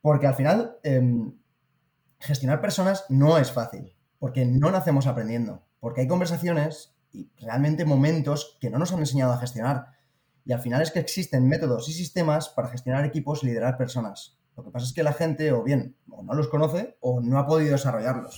Porque al final gestionar personas no es fácil, porque no nacemos aprendiendo, porque hay conversaciones y realmente momentos que no nos han enseñado a gestionar. Y al final es que existen métodos y sistemas para gestionar equipos y liderar personas. Lo que pasa es que la gente o bien o no los conoce o no ha podido desarrollarlos.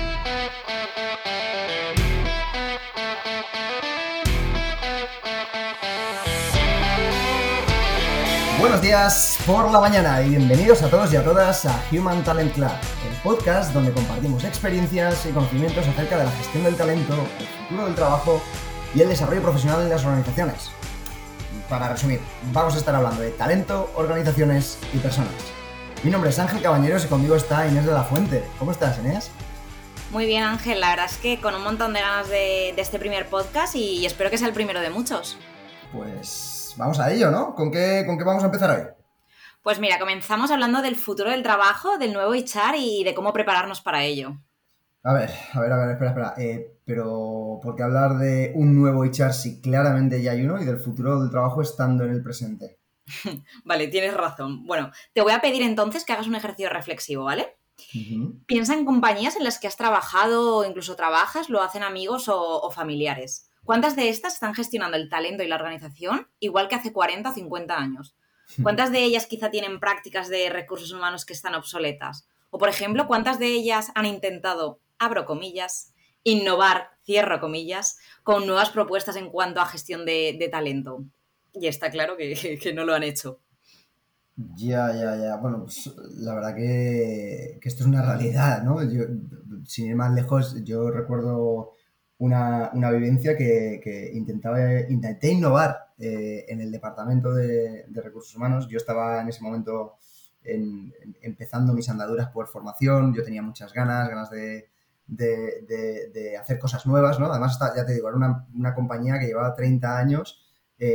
Buenos días por la mañana y bienvenidos a todos y a todas a Human Talent Club, el podcast donde compartimos experiencias y conocimientos acerca de la gestión del talento, el futuro del trabajo y el desarrollo profesional en las organizaciones. Para resumir, vamos a estar hablando de talento, organizaciones y personas. Mi nombre es Ángel Cabañeros y conmigo está Inés de la Fuente. ¿Cómo estás, Inés? Muy bien, Ángel. La verdad es que con un montón de ganas de este primer podcast y espero que sea el primero de muchos. Pues vamos a ello, ¿no? ¿Con qué vamos a empezar hoy? Pues mira, comenzamos hablando del futuro del trabajo, del nuevo HR y de cómo prepararnos para ello. A ver, espera. Pero ¿por qué hablar de un nuevo HR si claramente ya hay uno y del futuro del trabajo estando en el presente? Vale, tienes razón. Bueno, te voy a pedir entonces que hagas un ejercicio reflexivo, ¿vale? Uh-huh. Piensa en compañías en las que has trabajado o incluso trabajas, lo hacen amigos o familiares. ¿Cuántas de estas están gestionando el talento y la organización igual que hace 40 o 50 años? ¿Cuántas de ellas quizá tienen prácticas de recursos humanos que están obsoletas? O, por ejemplo, ¿cuántas de ellas han intentado, abro comillas, innovar, cierro comillas, con nuevas propuestas en cuanto a gestión de talento? Y está claro que no lo han hecho. Ya. Bueno, pues la verdad que esto es una realidad, ¿no? Yo, sin ir más lejos, yo recuerdo una vivencia que intenté innovar en el departamento de recursos humanos. Yo estaba en ese momento empezando mis andaduras por formación, yo tenía muchas ganas de hacer cosas nuevas, ¿no? Además, ya te digo, era una compañía que llevaba 30 años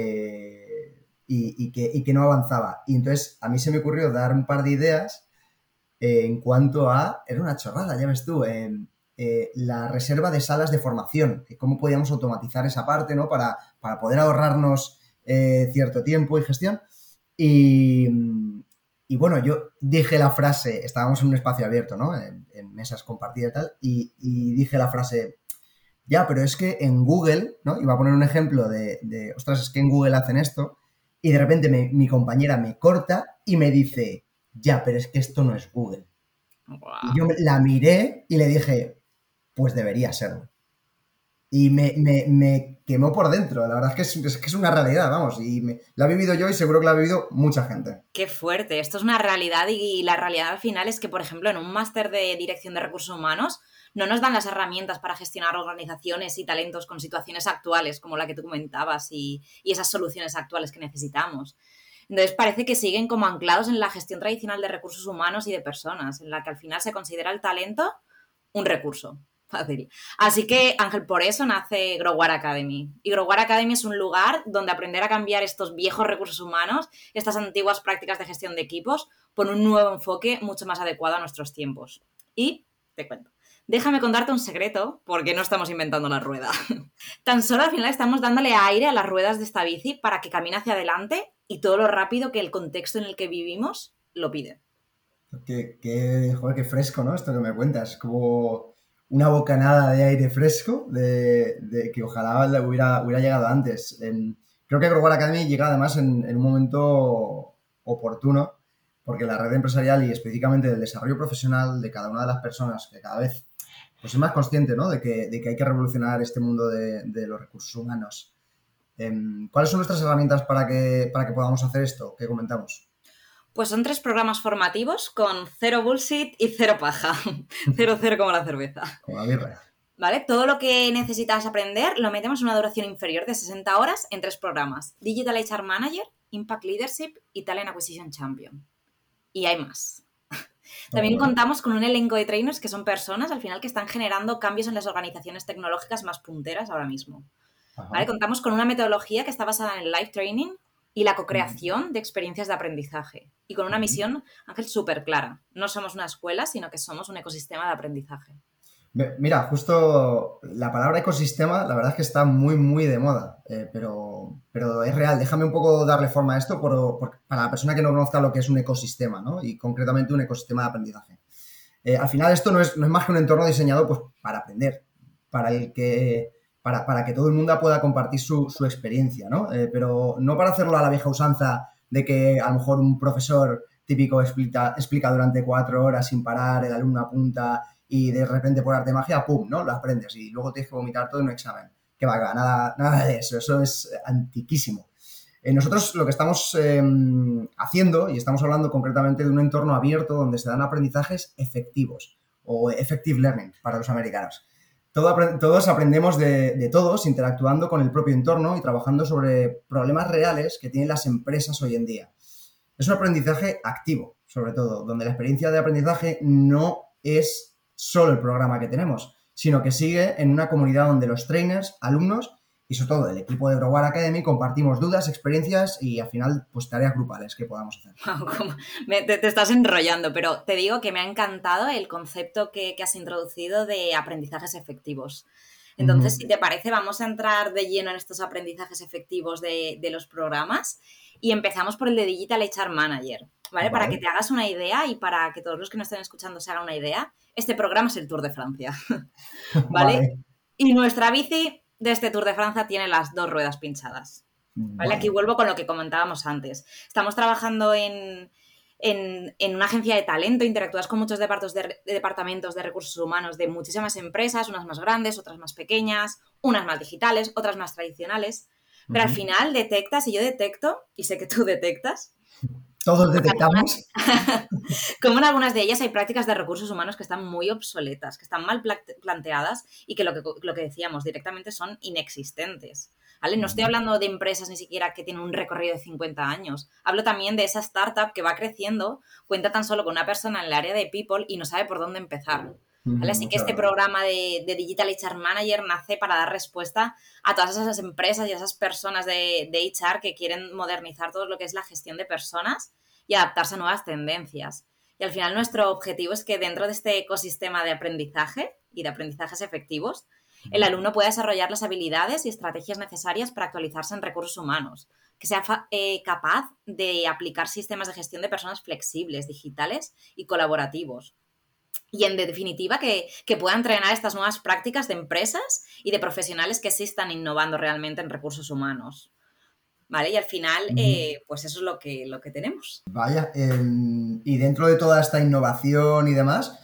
y que no avanzaba. Y entonces a mí se me ocurrió dar un par de ideas en cuanto a... Era una chorrada, ya ves tú, la reserva de salas de formación, cómo podíamos automatizar esa parte, ¿no? Para poder ahorrarnos cierto tiempo y gestión. Y bueno, yo dije la frase, estábamos en un espacio abierto, ¿no? En mesas compartidas y tal, y dije la frase, ya, pero es que en Google, ¿no? Iba a poner un ejemplo ostras, es que en Google hacen esto, y de repente mi compañera me corta y me dice, ya, pero es que esto no es Google. Wow. Y yo la miré y le dije, pues debería serlo. Y me quemó por dentro. La verdad es que es una realidad, vamos. Y la he vivido yo y seguro que la ha vivido mucha gente. Qué fuerte. Esto es una realidad y la realidad al final es que, por ejemplo, en un máster de dirección de recursos humanos no nos dan las herramientas para gestionar organizaciones y talentos con situaciones actuales como la que tú comentabas y esas soluciones actuales que necesitamos. Entonces parece que siguen como anclados en la gestión tradicional de recursos humanos y de personas, en la que al final se considera el talento un recurso. Fácil. Así que, Ángel, por eso nace Growar Academy. Y Growar Academy es un lugar donde aprender a cambiar estos viejos recursos humanos, estas antiguas prácticas de gestión de equipos, por un nuevo enfoque mucho más adecuado a nuestros tiempos. Y te cuento. Déjame contarte un secreto, porque no estamos inventando la rueda. Tan solo al final estamos dándole aire a las ruedas de esta bici para que camine hacia adelante y todo lo rápido que el contexto en el que vivimos lo pide. Joder, qué fresco, ¿no? Esto que me cuentas. Como una bocanada de aire fresco de que ojalá hubiera llegado antes. Creo que Growar Academy llega además en un momento oportuno, porque la red empresarial y específicamente del desarrollo profesional de cada una de las personas, que cada vez pues es más consciente, ¿no? de que hay que revolucionar este mundo de los recursos humanos. ¿Cuáles son nuestras herramientas para que podamos hacer esto que comentamos? Pues son 3 programas formativos con 0 bullshit y 0 paja. 0 como la cerveza. Como la birra. ¿Vale? Todo lo que necesitas aprender lo metemos en una duración inferior de 60 horas en 3 programas. Digital HR Manager, Impact Leadership y Talent Acquisition Champion. Y hay más. También contamos con un elenco de trainers que son personas al final que están generando cambios en las organizaciones tecnológicas más punteras ahora mismo. ¿Vale? Contamos con una metodología que está basada en el live training y la co-creación de experiencias de aprendizaje. Y con una misión, Ángel, súper clara. No somos una escuela, sino que somos un ecosistema de aprendizaje. Mira, justo la palabra ecosistema, la verdad es que está muy, muy de moda, pero es real. Déjame un poco darle forma a esto para la persona que no conozca lo que es un ecosistema, ¿no? Y concretamente un ecosistema de aprendizaje. Al final esto no es más que un entorno diseñado pues, para aprender, para, el que, para que todo el mundo pueda compartir su experiencia, ¿no? Pero no para hacerlo a la vieja usanza de que a lo mejor un profesor típico explica durante 4 horas sin parar, el alumno apunta y de repente por arte de magia, ¡pum!, ¿no? Lo aprendes y luego tienes que vomitar todo en un examen. Que va, nada de eso, eso es antiquísimo. Nosotros lo que estamos haciendo, y estamos hablando concretamente de un entorno abierto donde se dan aprendizajes efectivos o effective learning para los americanos. Todos aprendemos de todos interactuando con el propio entorno y trabajando sobre problemas reales que tienen las empresas hoy en día. Es un aprendizaje activo, sobre todo, donde la experiencia de aprendizaje no es solo el programa que tenemos, sino que sigue en una comunidad donde los trainers, alumnos y sobre todo el equipo de Growar Academy compartimos dudas, experiencias y al final pues tareas grupales que podamos hacer. Te estás enrollando, pero te digo que me ha encantado el concepto que has introducido de aprendizajes efectivos. Entonces, si te parece, vamos a entrar de lleno en estos aprendizajes efectivos de los programas y empezamos por el de Digital HR Manager, ¿vale? Para que te hagas una idea y para que todos los que nos estén escuchando se hagan una idea, este programa es el Tour de Francia, ¿vale? Y nuestra bici de este Tour de Francia tiene las 2 ruedas pinchadas, ¿vale? Aquí vuelvo con lo que comentábamos antes. Estamos trabajando en una agencia de talento, interactúas con muchos departamentos de recursos humanos de muchísimas empresas, unas más grandes, otras más pequeñas, unas más digitales, otras más tradicionales, pero al final detectas, y yo detecto, y sé que tú detectas, todos detectamos. Como en algunas de ellas hay prácticas de recursos humanos que están muy obsoletas, que están mal planteadas y que lo que decíamos directamente son inexistentes. ¿Vale? No estoy hablando de empresas ni siquiera que tienen un recorrido de 50 años. Hablo también de esa startup que va creciendo, cuenta tan solo con una persona en el área de people y no sabe por dónde empezar. ¿Vale? Así que este programa de Digital HR Manager nace para dar respuesta a todas esas empresas y a esas personas de HR que quieren modernizar todo lo que es la gestión de personas y adaptarse a nuevas tendencias. Y al final nuestro objetivo es que dentro de este ecosistema de aprendizaje y de aprendizajes efectivos, el alumno pueda desarrollar las habilidades y estrategias necesarias para actualizarse en recursos humanos, que sea capaz de aplicar sistemas de gestión de personas flexibles, digitales y colaborativos. Y en definitiva, que pueda entrenar estas nuevas prácticas de empresas y de profesionales que sí están innovando realmente en recursos humanos. ¿Vale? Y al final, pues eso es lo que tenemos. Vaya, y dentro de toda esta innovación y demás,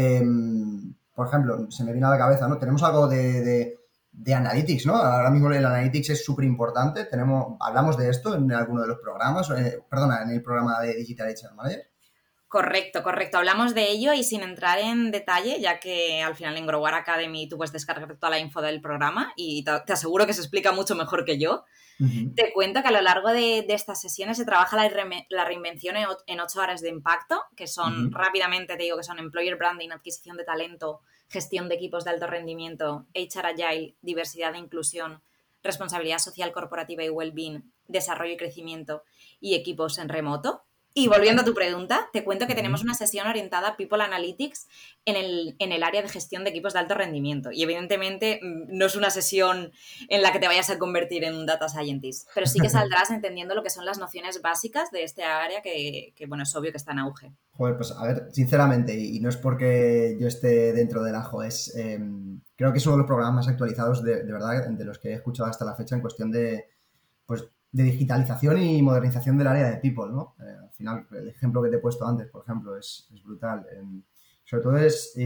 por ejemplo, se me viene a la cabeza, ¿no? Tenemos algo de analytics, ¿no? Ahora mismo el analytics es súper importante. Hablamos de esto en alguno de los programas, en el programa de Digital HR Manager. Correcto. Hablamos de ello y sin entrar en detalle, ya que al final en Growar Academy tú puedes descargar toda la info del programa y te aseguro que se explica mucho mejor que yo. Te cuento que a lo largo de estas sesiones se trabaja la reinvención en 8 áreas de impacto, que son, rápidamente te digo, que son employer branding, adquisición de talento, gestión de equipos de alto rendimiento, HR Agile, diversidad e inclusión, responsabilidad social corporativa y well-being, desarrollo y crecimiento y equipos en remoto. Y volviendo a tu pregunta, te cuento que tenemos una sesión orientada a People Analytics en el área de gestión de equipos de alto rendimiento. Y evidentemente no es una sesión en la que te vayas a convertir en un data scientist, pero sí que saldrás entendiendo lo que son las nociones básicas de este área que bueno, es obvio que está en auge. Joder, pues a ver, sinceramente, y no es porque yo esté dentro del ajo, creo que es uno de los programas más actualizados de verdad de los que he escuchado hasta la fecha en cuestión de digitalización y modernización del área de people, ¿no? Al final, el ejemplo que te he puesto antes, por ejemplo, es brutal. Sobre todo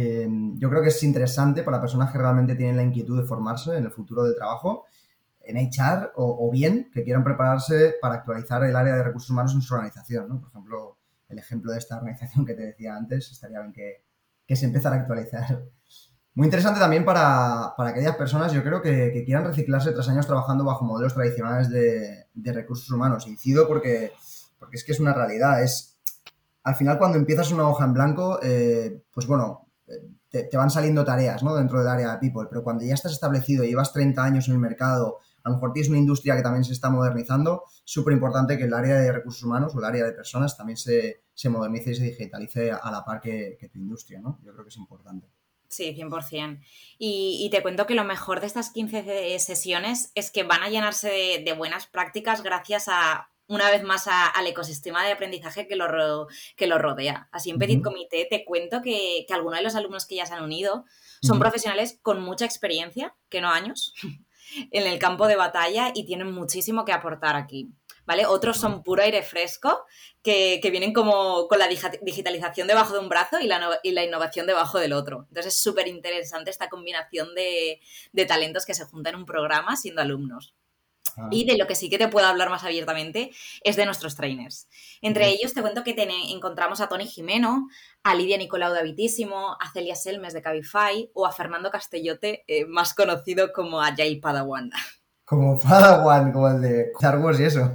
yo creo que es interesante para personas que realmente tienen la inquietud de formarse en el futuro del trabajo, en HR o bien que quieran prepararse para actualizar el área de recursos humanos en su organización, ¿no? Por ejemplo, el ejemplo de esta organización que te decía antes, estaría bien que se empezara a actualizar. Muy interesante también para aquellas personas, yo creo, que quieran reciclarse tras años trabajando bajo modelos tradicionales de recursos humanos. Incido porque es que es una realidad. Al final, cuando empiezas una hoja en blanco, pues bueno, te van saliendo tareas, ¿no? Dentro del área de people, pero cuando ya estás establecido y llevas 30 años en el mercado, a lo mejor tienes una industria que también se está modernizando, súper importante que el área de recursos humanos o el área de personas también se modernice y se digitalice a la par que tu industria, ¿no? Yo creo que es importante. Sí, 100%. Y te cuento que lo mejor de estas 15 sesiones es que van a llenarse de buenas prácticas gracias a, una vez más, al ecosistema de aprendizaje que lo rodea. Así en Petit Ujú, Comité te cuento que algunos de los alumnos que ya se han unido son ujú. profesionales con mucha experiencia, que no años, en el campo de batalla y tienen muchísimo que aportar aquí. ¿Vale? Otros son puro aire fresco, que vienen como con la digitalización debajo de un brazo y la innovación debajo del otro. Entonces es súper interesante esta combinación de talentos que se juntan en un programa siendo alumnos. Ah, Y de lo que sí que te puedo hablar más abiertamente es de nuestros trainers. Entre ujú. ellos te cuento que encontramos a Tony Jimeno, a Lidia Nicolau de Habitísimo, a Celia Selmes de Cabify o a Fernando Castellote, más conocido como a Jay Padawan. Como Padawan, como el de Star Wars y eso.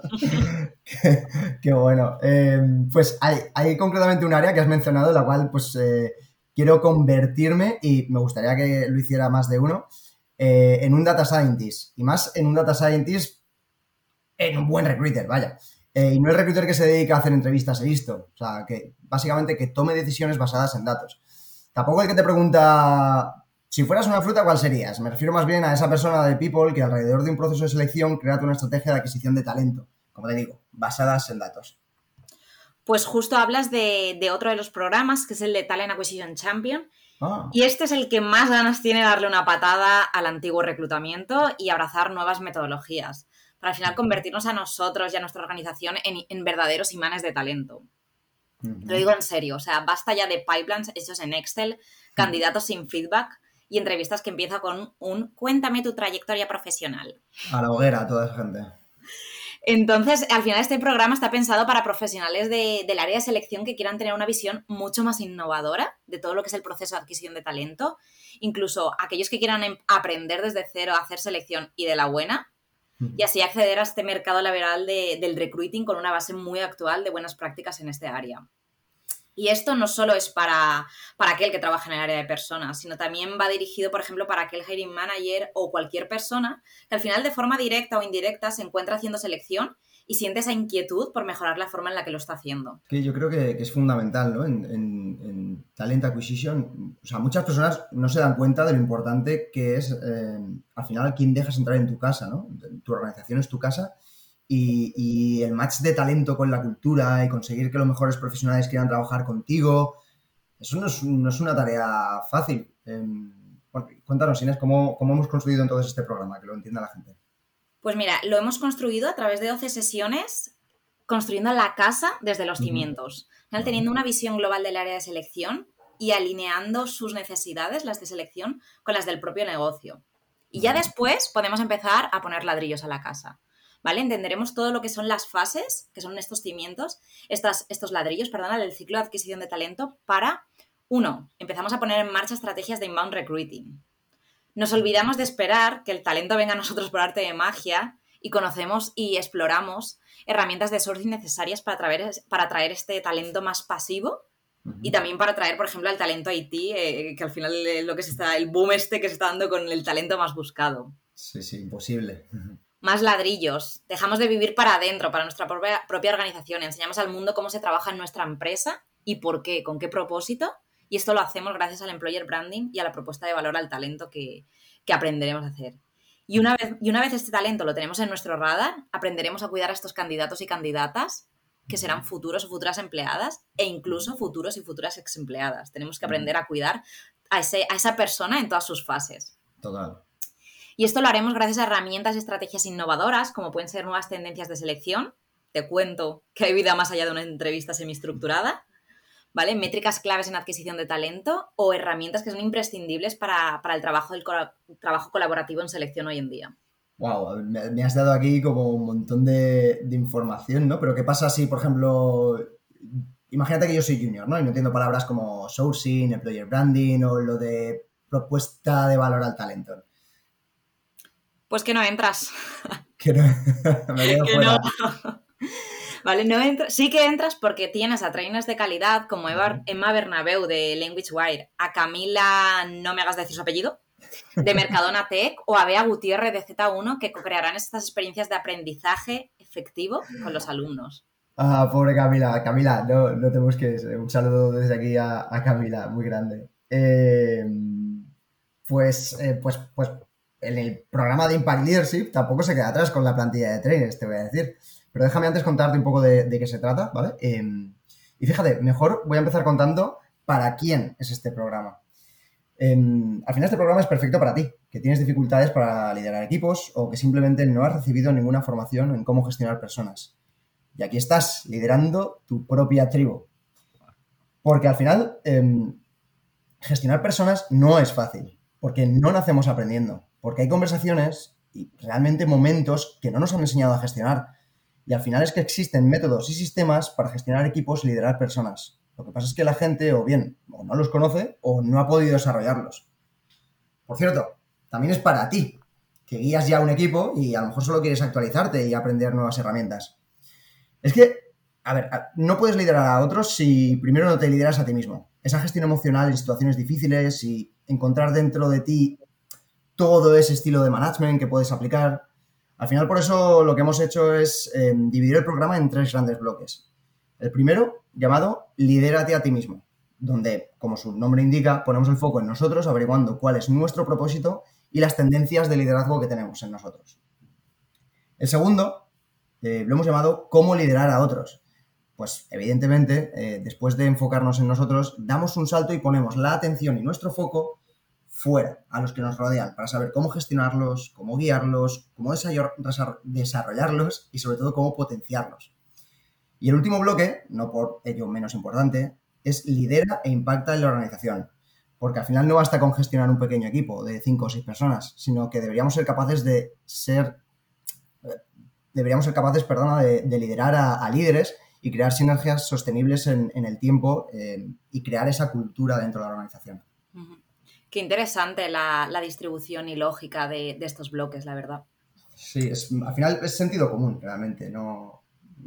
Qué bueno. Pues hay concretamente un área que has mencionado, la cual pues quiero convertirme, y me gustaría que lo hiciera más de uno, en un data scientist. Y más en un data scientist, en un buen recruiter, vaya. Y no el recruiter que se dedica a hacer entrevistas, he visto. O sea, que básicamente que tome decisiones basadas en datos. Tampoco el que te pregunta, si fueras una fruta, ¿cuál serías? Me refiero más bien a esa persona de people que alrededor de un proceso de selección crea una estrategia de adquisición de talento, como te digo, basadas en datos. Pues justo hablas de otro de los programas, que es el de Talent Acquisition Champion, Ah, y este es el que más ganas tiene de darle una patada al antiguo reclutamiento y abrazar nuevas metodologías, para al final convertirnos a nosotros y a nuestra organización en verdaderos imanes de talento. Te lo ujú, digo en serio, o sea, basta ya de pipelines hechos en Excel, candidatos sin feedback y entrevistas que empiezan con un cuéntame tu trayectoria profesional. a la hoguera toda esa gente. Entonces, al final este programa está pensado para profesionales del área de selección que quieran tener una visión mucho más innovadora de todo lo que es el proceso de adquisición de talento, incluso aquellos que quieran aprender desde cero a hacer selección y de la buena, y así acceder a este mercado laboral del recruiting con una base muy actual de buenas prácticas en este área. Y esto no solo es para aquel que trabaja en el área de personas, sino también va dirigido, por ejemplo, para aquel hiring manager o cualquier persona que al final de forma directa o indirecta se encuentra haciendo selección y siente esa inquietud por mejorar la forma en la que lo está haciendo. Que yo creo que es fundamental, ¿no? En talent acquisition. O sea, muchas personas no se dan cuenta de lo importante que es, al final, quién dejas entrar en tu casa, ¿no? Tu organización es tu casa y el match de talento con la cultura y conseguir que los mejores profesionales quieran trabajar contigo, eso no es una tarea fácil. Bueno, cuéntanos, Inés, ¿cómo hemos construido entonces este programa? Que lo entienda la gente. Pues mira, lo hemos construido a través de 12 sesiones, construyendo la casa desde los Ujú. cimientos, al final Vale. teniendo una visión global del área de selección y alineando sus necesidades, las de selección, con las del propio negocio. Y ya Vale. después podemos empezar a poner ladrillos a la casa. ¿Vale? Entenderemos todo lo que son las fases, que son estos cimientos, estos ladrillos, perdona, del ciclo de adquisición de talento para, uno, empezamos a poner en marcha estrategias de inbound recruiting. Nos olvidamos de esperar que el talento venga a nosotros por arte de magia y conocemos y exploramos herramientas de sourcing necesarias para atraer este talento más pasivo y Ujú. también para atraer, por ejemplo, al talento IT, que al final es lo que el boom este que se está dando con el talento más buscado. Sí, sí, imposible. Más ladrillos. Dejamos de vivir para adentro, para nuestra propia organización. Enseñamos al mundo cómo se trabaja en nuestra empresa y por qué, con qué propósito. Y esto lo hacemos gracias al employer branding y a la propuesta de valor al talento que aprenderemos a hacer. Y una vez este talento lo tenemos en nuestro radar, aprenderemos a cuidar a estos candidatos y candidatas que serán futuros o futuras empleadas e incluso futuros y futuras ex empleadas. Tenemos que aprender a cuidar a esa persona en todas sus fases. Total. Y esto lo haremos gracias a herramientas y estrategias innovadoras, como pueden ser nuevas tendencias de selección. Te cuento que hay vida más allá de una entrevista semiestructurada, ¿vale? Métricas claves en adquisición de talento o herramientas que son imprescindibles para el trabajo colaborativo en selección hoy en día. Wow, me has dado aquí como un montón de información, ¿no? Pero ¿qué pasa si, por ejemplo, imagínate que yo soy junior, ¿no? Y no entiendo palabras como sourcing, employer branding o lo de propuesta de valor al talento. Pues que no entras. Que no, me quedo Que no. fuera. ¿Vale? No sí que entras porque tienes a trainers de calidad como Ujú. Emma Bernabeu de Language Wire, a Camila, no me hagas decir su apellido, de Mercadona Tech o a Bea Gutiérrez de Z1 que co-crearán estas experiencias de aprendizaje efectivo con los alumnos. Ah, pobre Camila. Camila, no te busques. Un saludo desde aquí a Camila, muy grande. eh, pues en el programa de Impact Leadership tampoco se queda atrás con la plantilla de trainers, te voy a decir. Pero déjame antes contarte un poco de qué se trata, ¿vale? Y fíjate, mejor voy a empezar contando para quién es este programa. Al final este programa es perfecto para ti, que tienes dificultades para liderar equipos o que simplemente no has recibido ninguna formación en cómo gestionar personas. Y aquí estás, liderando tu propia tribu. Porque al final, gestionar personas no es fácil, porque no nacemos aprendiendo, porque hay conversaciones y realmente momentos que no nos han enseñado a gestionar. Y al final es que existen métodos y sistemas para gestionar equipos y liderar personas. Lo que pasa es que la gente o bien o no los conoce o no ha podido desarrollarlos. Por cierto, también es para ti, que guías ya un equipo y a lo mejor solo quieres actualizarte y aprender nuevas herramientas. Es que, a ver, no puedes liderar a otros si primero no te lideras a ti mismo. Esa gestión emocional en situaciones difíciles y encontrar dentro de ti todo ese estilo de management que puedes aplicar. Al final, por eso lo que hemos hecho es dividir el programa en 3 grandes bloques. El primero, llamado Lidérate a ti mismo, donde, como su nombre indica, ponemos el foco en nosotros, averiguando cuál es nuestro propósito y las tendencias de liderazgo que tenemos en nosotros. El segundo, lo hemos llamado Cómo liderar a otros. Pues, evidentemente, después de enfocarnos en nosotros, damos un salto y ponemos la atención y nuestro foco fuera, a los que nos rodean, para saber cómo gestionarlos, cómo guiarlos, cómo desarrollarlos y sobre todo cómo potenciarlos. Y el último bloque, no por ello menos importante, es lidera e impacta en la organización. Porque al final no basta con gestionar un pequeño equipo de 5 o 6 personas, sino que deberíamos ser capaces de liderar a líderes y crear sinergias sostenibles en el tiempo y crear esa cultura dentro de la organización. Uh-huh. Qué interesante la distribución y lógica de estos bloques, la verdad. Sí, al final es sentido común, realmente. No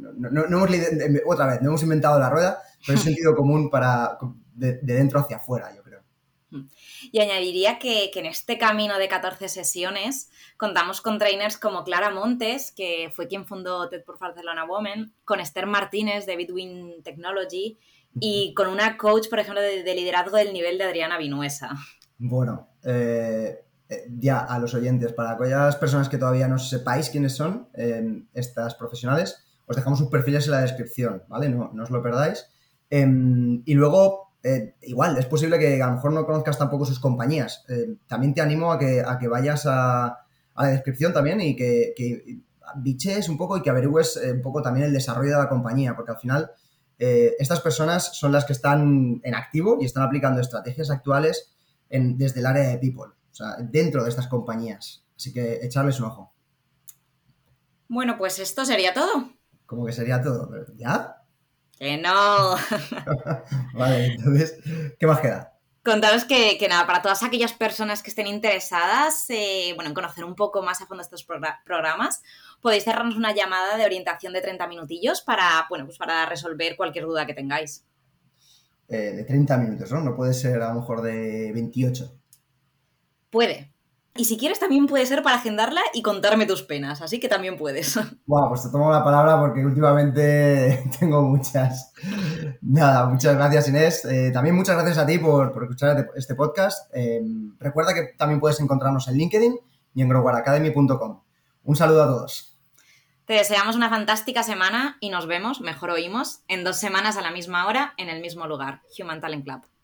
hemos inventado la rueda, pero es sentido común de dentro hacia afuera, yo creo. Y añadiría que en este camino de 14 sesiones contamos con trainers como Clara Montes, que fue quien fundó TED por Barcelona Women, con Esther Martínez de Bitwin Technology y con una coach, por ejemplo, de liderazgo del nivel de Adriana Vinuesa. Bueno, ya a los oyentes, para aquellas personas que todavía no sepáis quiénes son estas profesionales, os dejamos sus perfiles en la descripción, ¿vale? No os lo perdáis. Y luego, igual, es posible que a lo mejor no conozcas tampoco sus compañías. También te animo a que vayas a la descripción también y que bichees un poco y que averigües un poco también el desarrollo de la compañía, porque al final estas personas son las que están en activo y están aplicando estrategias actuales desde el área de people, o sea, dentro de estas compañías. Así que echarles un ojo. Bueno, pues esto sería todo. ¿Cómo que sería todo? ¿Ya? ¡Que no! Vale, entonces, ¿qué más queda? Contaros que nada, para todas aquellas personas que estén interesadas en conocer un poco más a fondo estos programas, podéis cerrarnos una llamada de orientación de 30 minutillos para resolver cualquier duda que tengáis. De 30 minutos, ¿no? No puede ser a lo mejor de 28. Puede. Y si quieres también puede ser para agendarla y contarme tus penas, así que también puedes. Bueno, pues te tomo la palabra porque últimamente tengo muchas. Nada, muchas gracias, Inés. También muchas gracias a ti por escuchar este podcast. Recuerda que también puedes encontrarnos en LinkedIn y en growwaracademy.com. Un saludo a todos. Te deseamos una fantástica semana y nos vemos, mejor oímos, en 2 semanas a la misma hora, en el mismo lugar, Human Talent Club.